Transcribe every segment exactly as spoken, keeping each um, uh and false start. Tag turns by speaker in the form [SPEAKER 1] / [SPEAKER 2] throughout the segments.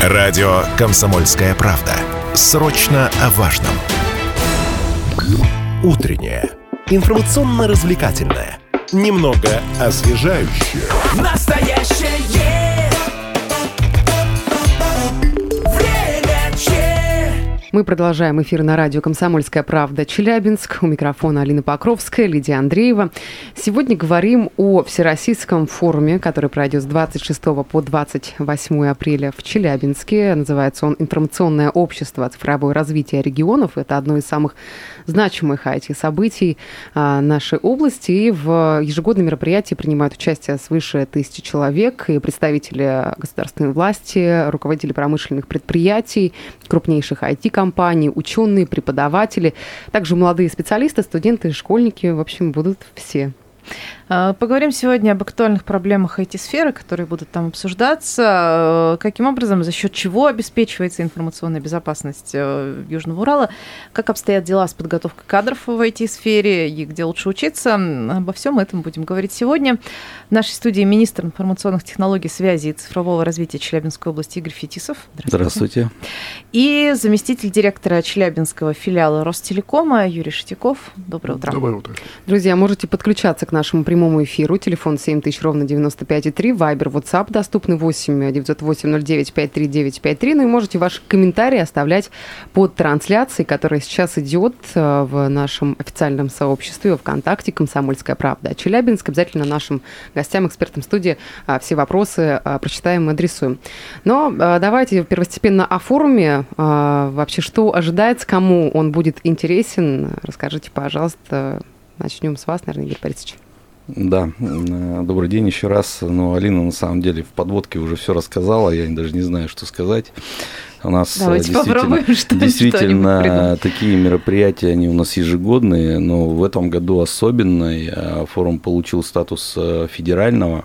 [SPEAKER 1] Радио «Комсомольская правда». Срочно о важном. Утреннее. Информационно-развлекательное. Немного освежающее.
[SPEAKER 2] Настоящее время че.
[SPEAKER 3] Мы продолжаем эфир на радио «Комсомольская правда» Челябинск. У микрофона Алина Покровская, Лидия Андреева. Сегодня говорим о Всероссийском форуме, который пройдет с двадцать шестого по двадцать восьмое апреля в Челябинске. Называется он «Информационное общество. Цифровое развитие регионов». Это одно из самых значимых ай ти-событий нашей области. И в ежегодном мероприятии принимают участие свыше тысячи человек. И представители государственной власти, руководители промышленных предприятий, крупнейших ай ти-компаний, ученые, преподаватели, также молодые специалисты, студенты, школьники. В общем, будут все.
[SPEAKER 4] Поговорим сегодня об актуальных проблемах ай ти-сферы, которые будут там обсуждаться. Каким образом, за счет чего обеспечивается информационная безопасность Южного Урала, как обстоят дела с подготовкой кадров в ай ти-сфере и где лучше учиться. Обо всем этом будем говорить сегодня. В нашей студии министр информационных технологий, связи и цифрового развития Челябинской области Игорь Фетисов.
[SPEAKER 5] Здравствуйте. Здравствуйте.
[SPEAKER 4] И заместитель директора Челябинского филиала Ростелекома Юрий Шитяков. Доброе утро.
[SPEAKER 6] Доброе утро.
[SPEAKER 3] Друзья, можете подключаться к нашему прямому эфиру. Телефон семь тысяч ровно девяносто пять и три. Вайбер, WhatsApp доступны восемь девятьсот восемь ноль девять пять три девять пять три. Ну и можете ваши комментарии оставлять под трансляцией, которая сейчас идет в нашем официальном сообществе во ВКонтакте «Комсомольская правда». Челябинск. Обязательно нашим гостям, экспертам студии все вопросы прочитаем и адресуем. Но давайте первостепенно о форуме. Вообще, что ожидается, кому он будет интересен? Расскажите, пожалуйста. Начнем с вас, наверное, Игорь Борисович.
[SPEAKER 5] Да, добрый день еще раз. Ну, Алина, на самом деле, в подводке уже все рассказала, я даже не знаю, что сказать. У нас
[SPEAKER 4] Давайте
[SPEAKER 5] действительно, действительно такие мероприятия, они у нас ежегодные, но в этом году особенно. Форум получил статус федерального.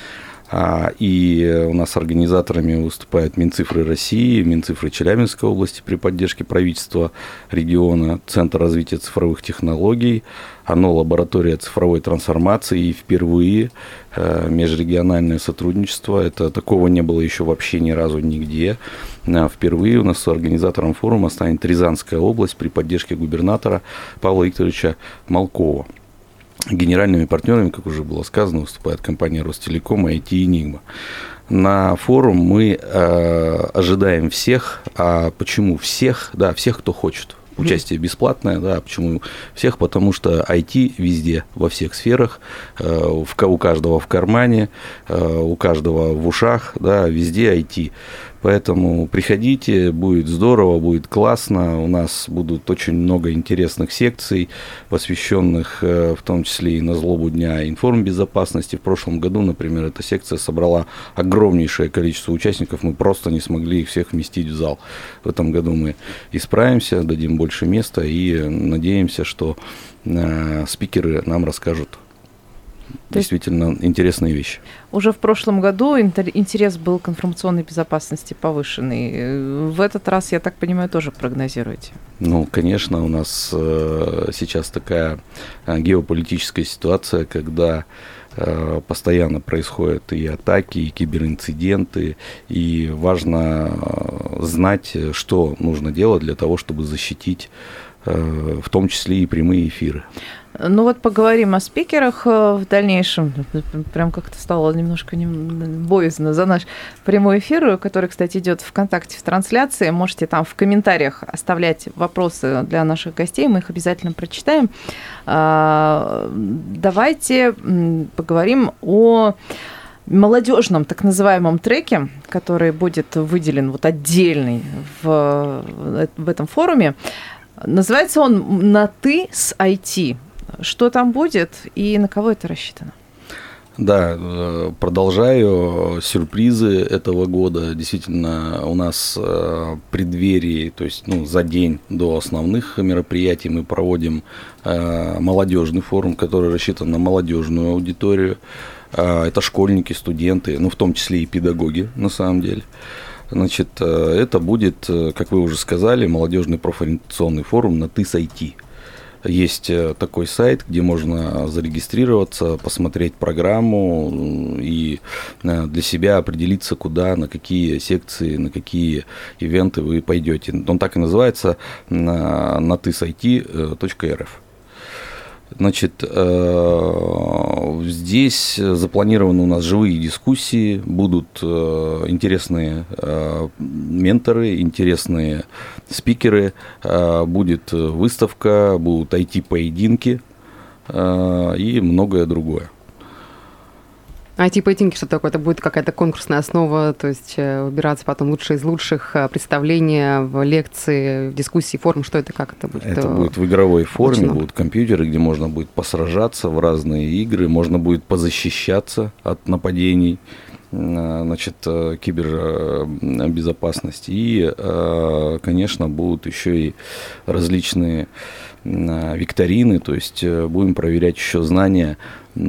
[SPEAKER 5] И у нас организаторами выступают Минцифры России, Минцифры Челябинской области при поддержке правительства региона, Центр развития цифровых технологий, ОНО «Лаборатория цифровой трансформации», и впервые межрегиональное сотрудничество. Это такого не было еще вообще ни разу нигде. Впервые у нас организатором форума станет Рязанская область при поддержке губернатора Павла Викторовича Малкова. Генеральными партнерами, как уже было сказано, выступает компания Ростелеком и ай ти Enigma. На форум мы э, ожидаем всех. А почему всех? Да, всех, кто хочет. Участие бесплатное, да, почему всех? Потому что ай ти везде, во всех сферах, э, в, у каждого в кармане, э, у каждого в ушах, да, везде ай ти. Поэтому приходите, будет здорово, будет классно. У нас будут очень много интересных секций, посвященных в том числе и на злобу дня информбезопасности. В прошлом году, например, эта секция собрала огромнейшее количество участников. Мы просто не смогли их всех вместить в зал. В этом году мы исправимся, дадим больше места и надеемся, что спикеры нам расскажут действительно интересные вещи.
[SPEAKER 4] Уже в прошлом году интерес был к информационной безопасности повышенный. В этот раз, я так понимаю, тоже прогнозируете?
[SPEAKER 5] Ну, конечно, у нас э, сейчас такая геополитическая ситуация, когда э, постоянно происходят и атаки, и киберинциденты, и важно знать, что нужно делать для того, чтобы защитить э, в том числе и прямые эфиры.
[SPEAKER 4] Ну вот поговорим о спикерах в дальнейшем. Прям как-то стало немножко боязно за наш прямой эфир, который, кстати, идет ВКонтакте в трансляции. Можете там в комментариях оставлять вопросы для наших гостей, мы их обязательно прочитаем. Давайте поговорим о молодежном так называемом треке, который будет выделен вот отдельный в, в этом форуме. Называется он «На ты с ай ти». Что там будет и на кого это рассчитано?
[SPEAKER 5] Да, продолжаю сюрпризы этого года. Действительно, у нас в преддверии, то есть ну, за день до основных мероприятий мы проводим молодежный форум, который рассчитан на молодежную аудиторию. Это школьники, студенты, ну в том числе и педагоги на самом деле. Значит, это будет, как вы уже сказали, молодежный профориентационный форум «На ты с ай ти». есть такой сайт, где можно зарегистрироваться, посмотреть программу и для себя определиться, куда, на какие секции, на какие ивенты вы пойдете. Он так и называется натыс ай ти точка эр эф. Значит, здесь запланированы у нас живые дискуссии, будут интересные менторы, интересные спикеры, будет выставка, будут ай ти-поединки и многое другое.
[SPEAKER 3] ай ти-поединки, что такое? Это будет какая-то конкурсная основа, то есть выбираться потом лучшие из лучших, представления в лекции, в дискуссии, форум, что это, как это будет?
[SPEAKER 5] Это будет в игровой форме,
[SPEAKER 3] Очень
[SPEAKER 5] будут компьютеры, где можно будет посражаться в разные игры, можно будет позащищаться от нападений, значит, кибербезопасности. И, конечно, будут еще и различные викторины, то есть будем проверять еще знания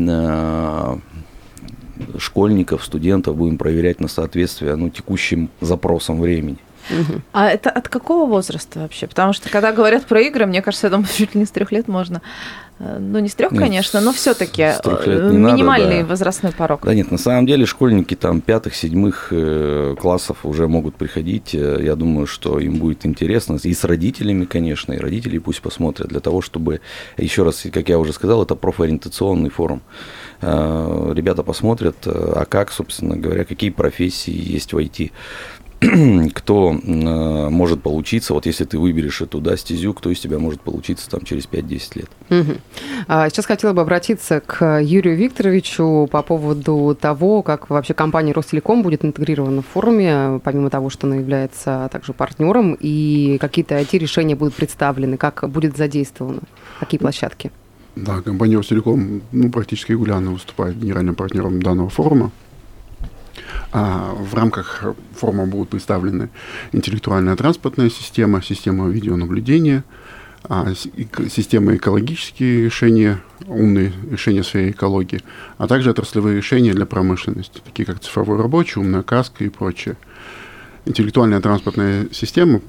[SPEAKER 5] школьников, студентов, будем проверять на соответствие, ну, текущим запросам времени.
[SPEAKER 3] Угу.
[SPEAKER 4] А это от какого возраста вообще? Потому что, когда говорят про игры, мне кажется, я думаю, чуть ли не с трех лет можно. Ну, не с трех, конечно, но все-таки минимальный
[SPEAKER 5] надо, да.
[SPEAKER 4] возрастной порог.
[SPEAKER 5] Да нет, на самом деле школьники там пятых, седьмых классов уже могут приходить. Я думаю, что им будет интересно. И с родителями, конечно, и родители пусть посмотрят, для того, чтобы, еще раз, как я уже сказал, это профориентационный форум. Ребята посмотрят, а как, собственно говоря, какие профессии есть в ай ти. Кто э, может получиться, вот если ты выберешь эту, да, стезю, кто из тебя может получиться там через пять-десять лет.
[SPEAKER 3] Угу. А сейчас хотела бы обратиться к Юрию Викторовичу по поводу того, как вообще компания Ростелеком будет интегрирована в форуме, помимо того, что она является также партнером, и какие-то ай ти-решения будут представлены, как будет задействовано, какие площадки?
[SPEAKER 6] Да, компания Ростелеком, ну, практически регулярно выступает генеральным партнером данного форума. А в рамках форума будут представлены интеллектуальная транспортная система, система видеонаблюдения, а, система экологические решения, умные решения в сфере экологии, а также отраслевые решения для промышленности, такие как цифровой рабочий, умная каска и прочее. Интеллектуальная транспортная система,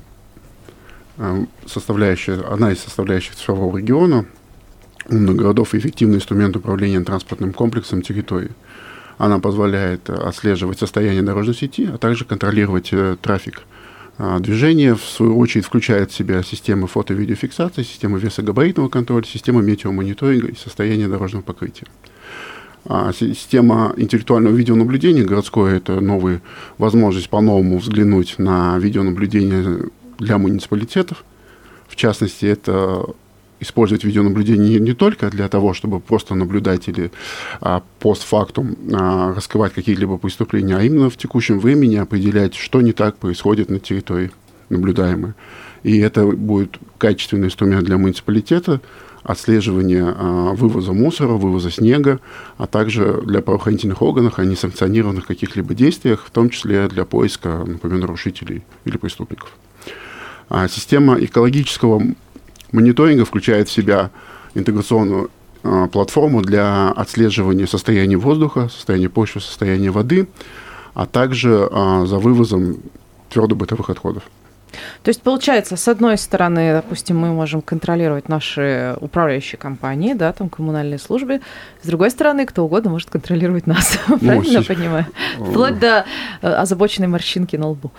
[SPEAKER 6] составляющая, одна из составляющих цифрового региона, умных городов и эффективный инструмент управления транспортным комплексом территории. Она позволяет отслеживать состояние дорожной сети, а также контролировать э, трафик. А, движение, в свою очередь, включает в себя системы фото- и видеофиксации, системы весогабаритного контроля, системы метеомониторинга и состояния дорожного покрытия. А, система интеллектуального видеонаблюдения городское – это новая возможность по-новому взглянуть на видеонаблюдение для муниципалитетов. В частности, это использовать видеонаблюдение не, не только для того, чтобы просто наблюдать или а, постфактум а, раскрывать какие-либо преступления, а именно в текущем времени определять, что не так происходит на территории наблюдаемой. И это будет качественный инструмент для муниципалитета, отслеживания а, вывоза мусора, вывоза снега, а также для правоохранительных органов о несанкционированных каких-либо действиях, в том числе для поиска, например, нарушителей или преступников. А, система экологического мониторинга включает в себя интеграционную э, платформу для отслеживания состояния воздуха, состояния почвы, состояния воды, а также э, за вывозом твердобытовых отходов.
[SPEAKER 4] То есть, получается, с одной стороны, допустим, мы можем контролировать наши управляющие компании, да, там коммунальные службы, с другой стороны, кто угодно может контролировать нас. Ну, правильно я понимаю? Вплоть до озабоченной морщинки на лбу.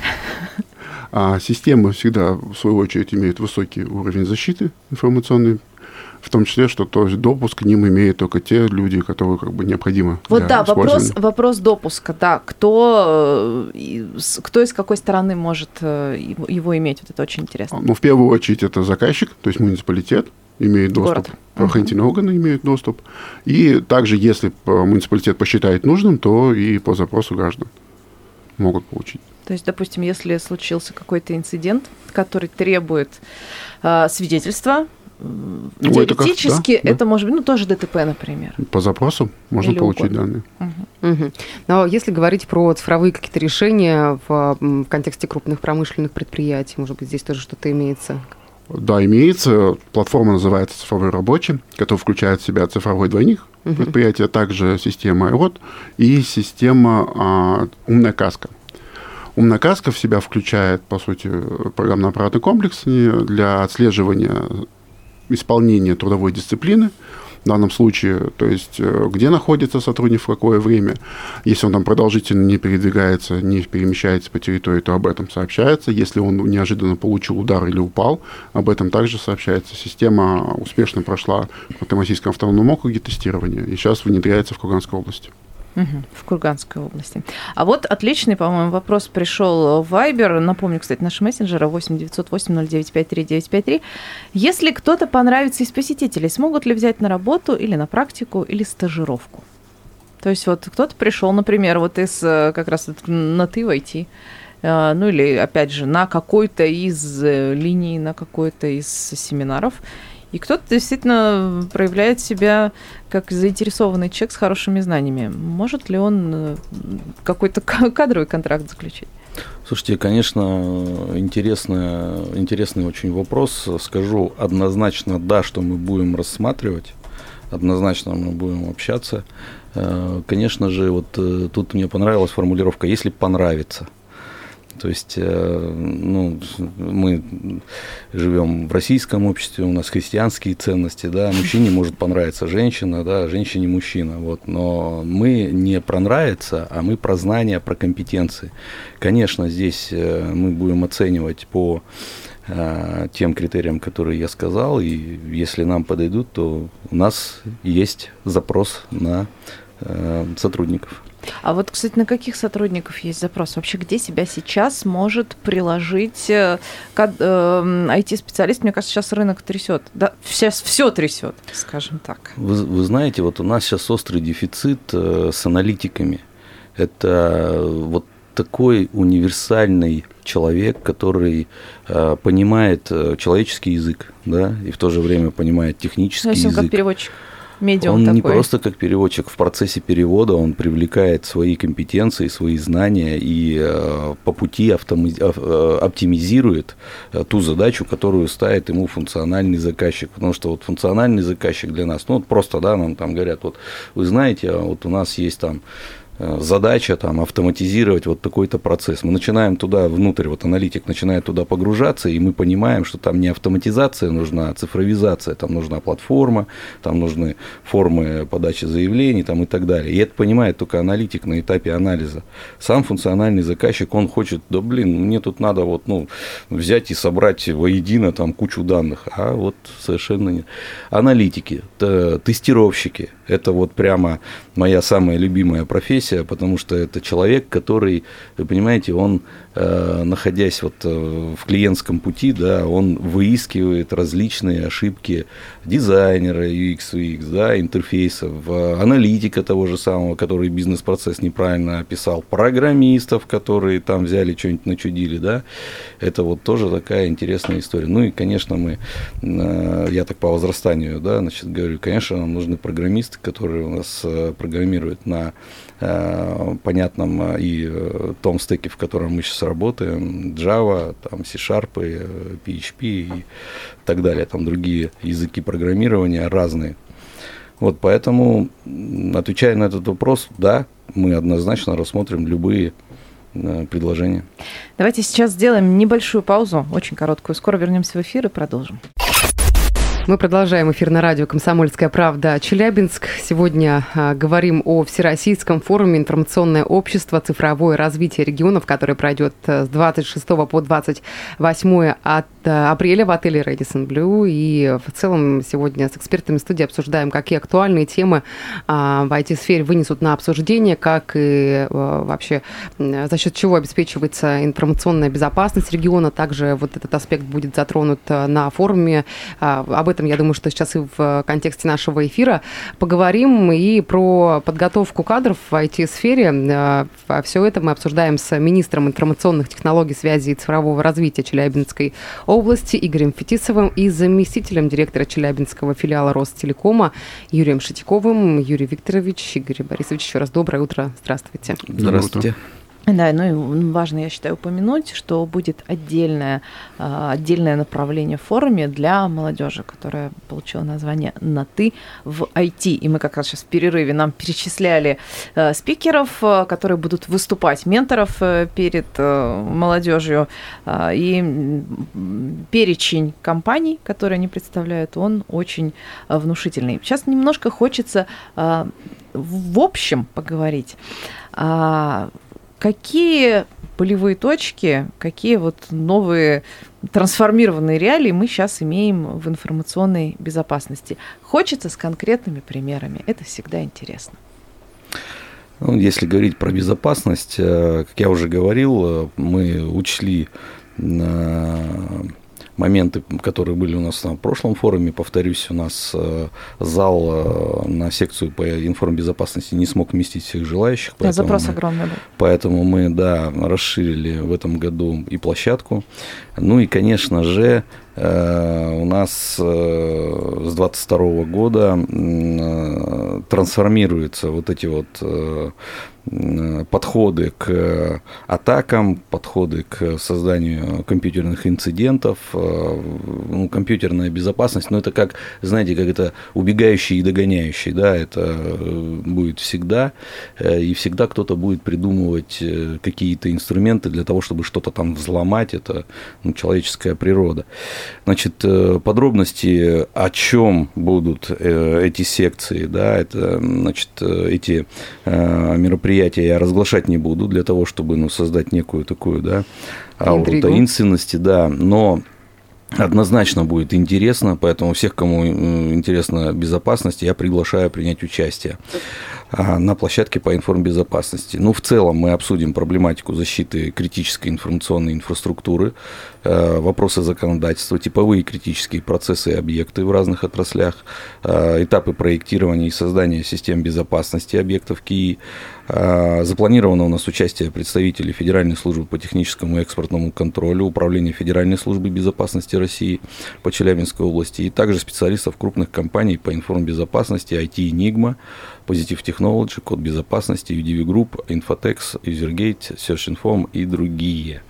[SPEAKER 6] А системы всегда, в свою очередь, имеют высокий уровень защиты информационной, в том числе, что то есть допуск к ним имеют только те люди, которые как бы необходимы.
[SPEAKER 4] Вот да, вопрос, вопрос допуска, да, кто, кто из какой стороны может его иметь, вот это очень интересно.
[SPEAKER 6] Ну, в первую очередь, это заказчик, то есть муниципалитет имеет доступ, город. Правоохранительные uh-huh. органы имеют доступ, и также, если муниципалитет посчитает нужным, то и по запросу граждан могут получить.
[SPEAKER 4] То есть, допустим, если случился какой-то инцидент, который требует э, свидетельства, ну, теоретически это, как, да, это да. может быть, ну, тоже ДТП, например.
[SPEAKER 6] По запросу можно Или получить угодно. данные.
[SPEAKER 3] Угу. Угу. Но если говорить про цифровые какие-то решения в, в контексте крупных промышленных предприятий, может быть, здесь тоже что-то имеется?
[SPEAKER 6] Да, имеется. Платформа называется «Цифровой рабочий», которая включает в себя цифровой двойник угу. предприятия, а также система ай о ти и система а, «Умная каска». Умная каска в себя включает, по сути, программно-аппаратный комплекс для отслеживания исполнения трудовой дисциплины, в данном случае, то есть где находится сотрудник, в какое время. Если он там продолжительно не передвигается, не перемещается по территории, то об этом сообщается. Если он неожиданно получил удар или упал, об этом также сообщается. Система успешно прошла в Ханты-Мансийском автономном округе тестирование и сейчас внедряется в Курганской области.
[SPEAKER 4] В Курганской области. А вот отличный, по-моему, вопрос пришел в Viber. Напомню, кстати, наши мессенджеры восемь девятьсот восемь ноль девять пять три девять пять три. Если кто-то понравится из посетителей, смогут ли взять на работу или на практику, или стажировку? То есть вот кто-то пришел, например, вот из как раз на ты войти, ну или, опять же, на какой-то из линий, на какой-то из семинаров, и кто-то действительно проявляет себя как заинтересованный человек с хорошими знаниями. Может ли он какой-то кадровый контракт заключить?
[SPEAKER 5] Слушайте, конечно, интересный, интересный очень вопрос. Скажу однозначно да, что мы будем рассматривать. Однозначно мы будем общаться. Конечно же, вот тут мне понравилась формулировка «если понравится». То есть, ну, мы живем в российском обществе, у нас христианские ценности, да, мужчине может понравиться женщина, да, женщине мужчина, вот, но мы не про нравится, а мы про знания, про компетенции. Конечно, здесь мы будем оценивать по тем критериям, которые я сказал, и если нам подойдут, то у нас есть запрос на сотрудников.
[SPEAKER 4] А вот, кстати, на каких сотрудников есть запрос? Вообще, где себя сейчас может приложить ай ти-специалист? Мне кажется, сейчас рынок трясет. Да, сейчас все трясет, скажем так.
[SPEAKER 5] Вы, вы знаете, вот у нас сейчас острый дефицит э, с аналитиками. Это вот такой универсальный человек, который э, понимает э, человеческий язык, да, и в то же время понимает технический язык.
[SPEAKER 4] Как переводчик. Медиум
[SPEAKER 5] он
[SPEAKER 4] такой.
[SPEAKER 5] Не просто как переводчик, в процессе перевода он привлекает свои компетенции, свои знания и э, по пути автоми... э, оптимизирует э, ту задачу, которую ставит ему функциональный заказчик. Потому что вот функциональный заказчик для нас, ну вот просто, да, нам там говорят, вот вы знаете, вот у нас есть там задача там автоматизировать вот такой-то процесс. Мы начинаем туда внутрь, вот аналитик начинает туда погружаться, и мы понимаем, что там не автоматизация нужна, а цифровизация, там нужна платформа, там нужны формы подачи заявлений там, и так далее. И это понимает только аналитик на этапе анализа. Сам функциональный заказчик, он хочет, да блин, мне тут надо вот, ну, взять и собрать воедино там кучу данных, а вот совершенно нет. Аналитики, тестировщики, это вот прямо моя самая любимая профессия, потому что это человек, который, вы понимаете, он, э, находясь вот в клиентском пути, да, он выискивает различные ошибки дизайнера ю экс, ю экс, да, интерфейсов, аналитика того же самого, который бизнес-процесс неправильно описал, программистов, которые там взяли, что-нибудь начудили, да, это вот тоже такая интересная история. Ну и, конечно, мы, э, я так по возрастанию, да, значит, говорю, конечно, нам нужны программисты, которые у нас программируют на понятном и том стеке, в котором мы сейчас работаем, Java, там C-Sharp, пи эйч пи и так далее, там другие языки программирования разные. Вот поэтому, отвечая на этот вопрос, да, мы однозначно рассмотрим любые предложения.
[SPEAKER 4] Давайте сейчас сделаем небольшую паузу, очень короткую. Скоро вернемся в эфир и продолжим.
[SPEAKER 3] Мы продолжаем эфир на радио «Комсомольская правда» Челябинск. Сегодня а, говорим о Всероссийском форуме «Информационное общество. Цифровое развитие регионов», который пройдет с двадцать шестого по двадцать восьмое от, а, апреля в отеле Radisson Blu. И в целом сегодня с экспертами студии обсуждаем, какие актуальные темы а, в ай ти-сфере вынесут на обсуждение, как и а, вообще за счет чего обеспечивается информационная безопасность региона. Также вот этот аспект будет затронут на форуме. А, об этом, я думаю, что сейчас и в контексте нашего эфира поговорим и про подготовку кадров в ай ти-сфере. Все это мы обсуждаем с министром информационных технологий, связи и цифрового развития Челябинской области Игорем Фетисовым и заместителем директора Челябинского филиала Ростелекома Юрием Шитиковым. Юрий Викторович, Игорь Борисович, еще раз доброе утро. Здравствуйте.
[SPEAKER 5] Здравствуйте.
[SPEAKER 4] Да, ну и важно, я считаю, упомянуть, что будет отдельное, отдельное направление в форуме для молодежи, которое получило название «На ты в ай ти». И мы как раз сейчас в перерыве нам перечисляли спикеров, которые будут выступать, менторов перед молодежью. И перечень компаний, которые они представляют, он очень внушительный. Сейчас немножко хочется в общем поговорить. Какие болевые точки, какие вот новые трансформированные реалии мы сейчас имеем в информационной безопасности? Хочется с конкретными примерами. Это всегда интересно.
[SPEAKER 5] Ну, если говорить про безопасность, как я уже говорил, мы учли моменты, которые были у нас на прошлом форуме. Повторюсь, у нас зал на секцию по информбезопасности не смог вместить всех желающих.
[SPEAKER 4] Да, запрос
[SPEAKER 5] мы,
[SPEAKER 4] огромный был.
[SPEAKER 5] Поэтому мы, да, расширили в этом году и площадку. Ну и, конечно же, у нас с двадцать второго года трансформируются вот эти вот подходы к атакам, подходы к созданию компьютерных инцидентов. Ну, компьютерная безопасность, ну, это как, знаете, как это убегающий и догоняющий, да, это будет всегда, и всегда кто-то будет придумывать какие-то инструменты для того, чтобы что-то там взломать, это, ну, человеческая природа. Значит, подробности, о чем будут эти секции, да, это, значит, эти мероприятия я разглашать не буду для того, чтобы, ну, создать некую такую, да, ауру таинственности, да, но однозначно будет интересно, поэтому всех, кому интересна безопасность, я приглашаю принять участие на площадке по информбезопасности. Ну, в целом мы обсудим проблематику защиты критической информационной инфраструктуры, вопросы законодательства, типовые критические процессы и объекты в разных отраслях, этапы проектирования и создания систем безопасности объектов КИИ. Запланировано у нас участие представителей Федеральной службы по техническому и экспортному контролю, Управления Федеральной службы безопасности России по Челябинской области и также специалистов крупных компаний по информбезопасности ай ти Enigma, Positive Technology, Код безопасности, ю ди ви Group, Infotex, Usergate, SearchInform и другие.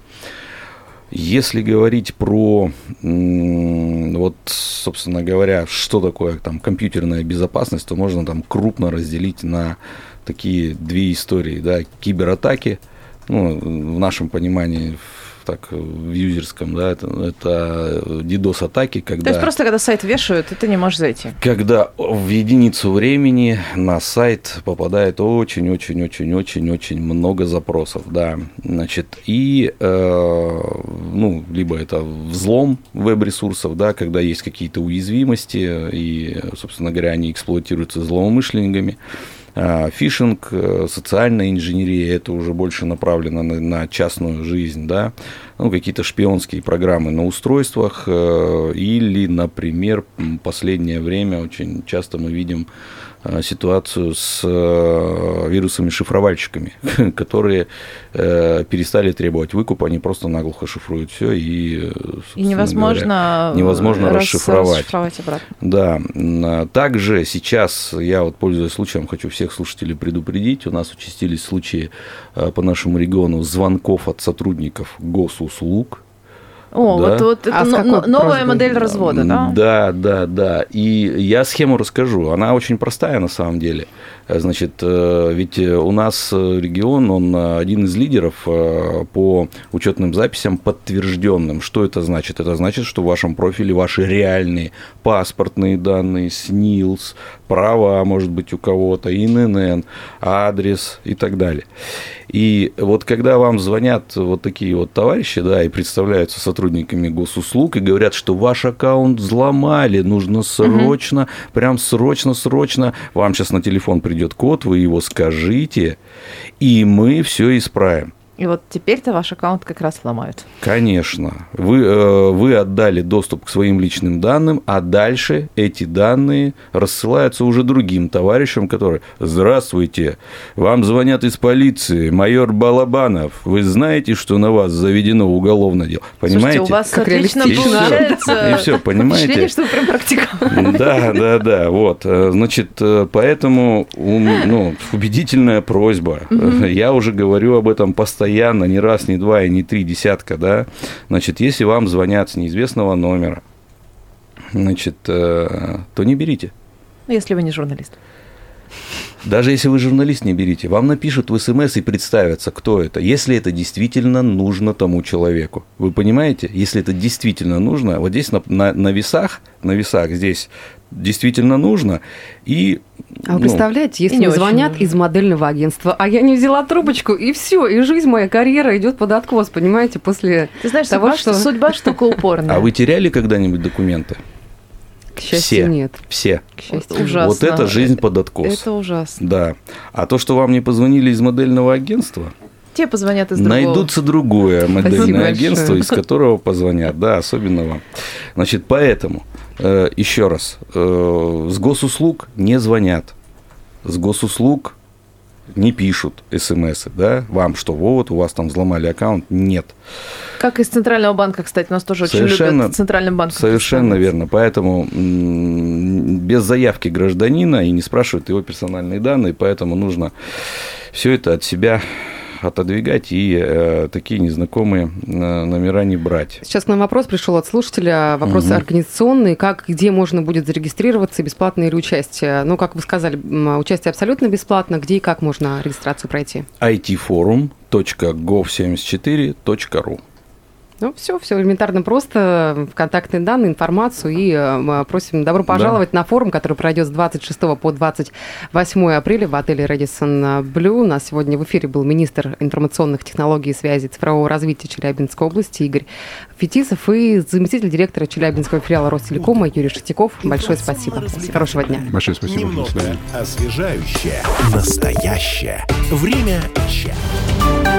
[SPEAKER 5] Если говорить про, вот, собственно говоря, что такое там компьютерная безопасность, то можно там крупно разделить на такие две истории, да, кибератаки, ну, в нашем понимании, так, в юзерском, да, это, это дидос-атаки, когда...
[SPEAKER 4] То есть просто когда сайт вешают, и ты не можешь зайти? Когда
[SPEAKER 5] в единицу времени на сайт попадает очень-очень-очень-очень-очень много запросов, да, значит, и, э, ну, либо это взлом веб-ресурсов, да, когда есть какие-то уязвимости, и, собственно говоря, они эксплуатируются злоумышленниками. Фишинг, социальная инженерия, это уже больше направлено на, на частную жизнь, да, ну, какие-то шпионские программы на устройствах, или, например, в последнее время очень часто мы видим ситуацию с вирусами-шифровальщиками, которые перестали требовать выкуп, они просто наглухо шифруют все и,
[SPEAKER 4] и невозможно,
[SPEAKER 5] говоря, невозможно
[SPEAKER 4] рас,
[SPEAKER 5] расшифровать.
[SPEAKER 4] расшифровать обратно.
[SPEAKER 5] Да. Также сейчас я, вот, пользуясь случаем, хочу всех слушателей предупредить, у нас участились случаи по нашему региону звонков от сотрудников госуслуг.
[SPEAKER 4] О,
[SPEAKER 5] да.
[SPEAKER 4] вот, вот это а но, новая модель развода, да?
[SPEAKER 5] Да, да, да. И я схему расскажу. Она очень простая на самом деле. Значит, ведь у нас регион, он один из лидеров по учетным записям подтвержденным. Что это значит? Это значит, что в вашем профиле ваши реальные паспортные данные, СНИЛС, права, может быть, у кого-то, эн эн эн, адрес и так далее. И вот когда вам звонят вот такие вот товарищи, да, и представляются сотрудниками госуслуг и говорят, что ваш аккаунт взломали, нужно срочно, угу. прям срочно-срочно, вам сейчас на телефон придет код, вы его скажите, и мы все исправим.
[SPEAKER 4] И вот теперь-то ваш аккаунт как раз ломают.
[SPEAKER 5] Конечно. Вы, э, вы отдали доступ к своим личным данным, а дальше эти данные рассылаются уже другим товарищам, которые: «Здравствуйте, вам звонят из полиции, майор Балабанов. Вы знаете, что на вас заведено уголовное дело?» Понимаете?
[SPEAKER 4] Слушайте, у вас
[SPEAKER 3] Как
[SPEAKER 4] отлично
[SPEAKER 5] И всё.
[SPEAKER 4] получается.
[SPEAKER 5] И все, понимаете?
[SPEAKER 4] Впечатление, что вы прям практиковали.
[SPEAKER 5] Да, да, да, вот. Значит, поэтому ну, убедительная просьба. Я уже говорю об этом постоянно, не раз, не два и не три десятка, да. Значит, если вам звонят с неизвестного номера, значит, то не берите.
[SPEAKER 4] Если вы не журналист.
[SPEAKER 5] Даже если вы журналист, не берите. Вам напишут в СМС и представятся, кто это, если это действительно нужно тому человеку. Вы понимаете? Если это действительно нужно, вот здесь на, на, на весах, на весах здесь действительно нужно. И,
[SPEAKER 3] а вы
[SPEAKER 5] ну,
[SPEAKER 3] представляете, если мне звонят нужно. Из модельного агентства, а я не взяла трубочку, и все, и жизнь моя, карьера идет под откос, понимаете, после
[SPEAKER 4] Ты знаешь,
[SPEAKER 3] того,
[SPEAKER 4] судьба,
[SPEAKER 3] что...
[SPEAKER 4] судьба штука упорная.
[SPEAKER 5] А вы теряли когда-нибудь документы?
[SPEAKER 3] К счастью,
[SPEAKER 5] все,
[SPEAKER 3] нет.
[SPEAKER 5] Все.
[SPEAKER 3] К счастью,
[SPEAKER 4] ужасно.
[SPEAKER 5] Вот это жизнь под откос.
[SPEAKER 4] Это ужасно.
[SPEAKER 5] Да. А то, что вам не позвонили из модельного агентства,
[SPEAKER 4] те позвонят из другого.
[SPEAKER 5] Найдутся другое модельное
[SPEAKER 3] Спасибо
[SPEAKER 5] агентство,
[SPEAKER 3] большое.
[SPEAKER 5] Из которого позвонят. Да, особенно вам. Значит, поэтому, э, еще раз, э, с госуслуг не звонят. С госуслуг не пишут смс, да, вам, что вот, у вас там взломали аккаунт. Нет.
[SPEAKER 4] Как из Центрального банка, кстати, у нас тоже
[SPEAKER 5] совершенно,
[SPEAKER 4] очень любят Центральным банком.
[SPEAKER 5] Совершенно верно. Поэтому м- без заявки гражданина и не спрашивают его персональные данные, поэтому нужно все это от себя отодвигать и э, такие незнакомые э, номера не брать.
[SPEAKER 3] Сейчас к нам вопрос пришел от слушателя, вопрос угу. организационный, как, где можно будет зарегистрироваться, бесплатно или участие? Ну, как вы сказали, участие абсолютно бесплатно, где и как можно регистрацию пройти?
[SPEAKER 5] ай ти форум точка гов семьдесят четыре точка ру.
[SPEAKER 3] Ну, все, все элементарно просто, контактные данные, информацию, и мы просим добро пожаловать да. на форум, который пройдет с двадцать шестого по двадцать восьмое апреля в отеле Radisson Blu. У нас сегодня в эфире был министр информационных технологий и связи цифрового развития Челябинской области Игорь Фетисов и заместитель директора Челябинского филиала Ростелекома Юрий Шестяков. Большое спасибо. Хорошего дня.
[SPEAKER 6] Большое спасибо.
[SPEAKER 1] Немного освежающее, настоящее. Время чат.